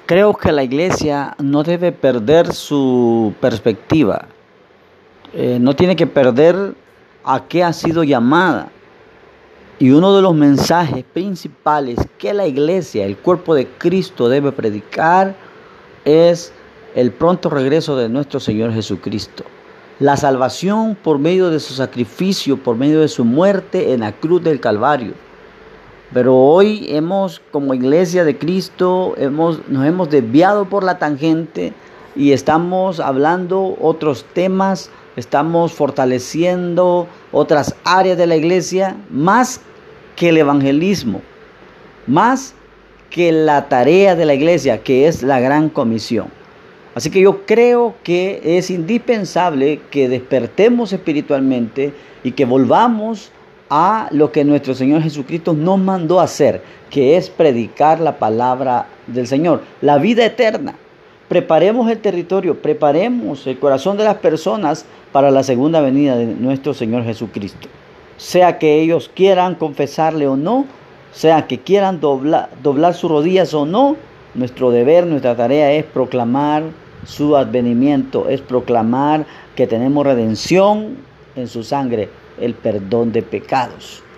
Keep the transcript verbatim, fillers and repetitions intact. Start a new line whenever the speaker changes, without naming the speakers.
Creo que la iglesia no debe perder su perspectiva, eh, no tiene que perder a qué ha sido llamada. Y uno de los mensajes principales que la iglesia, el cuerpo de Cristo, debe predicar es el pronto regreso de nuestro Señor Jesucristo. La salvación por medio de su sacrificio, por medio de su muerte en la cruz del Calvario. Pero hoy hemos, como iglesia de Cristo, hemos, nos hemos desviado por la tangente y estamos hablando otros temas, estamos fortaleciendo otras áreas de la iglesia, más que el evangelismo, más que la tarea de la iglesia, que es la gran comisión. Así que yo creo que es indispensable que despertemos espiritualmente y que volvamos a lo que nuestro Señor Jesucristo nos mandó a hacer, que es predicar la palabra del Señor, la vida eterna. Preparemos el territorio, preparemos el corazón de las personas para la segunda venida de nuestro Señor Jesucristo. Sea que ellos quieran confesarle o no, sea que quieran doblar, doblar sus rodillas o no, nuestro deber, nuestra tarea es proclamar su advenimiento, es proclamar que tenemos redención en su sangre, el perdón de pecados.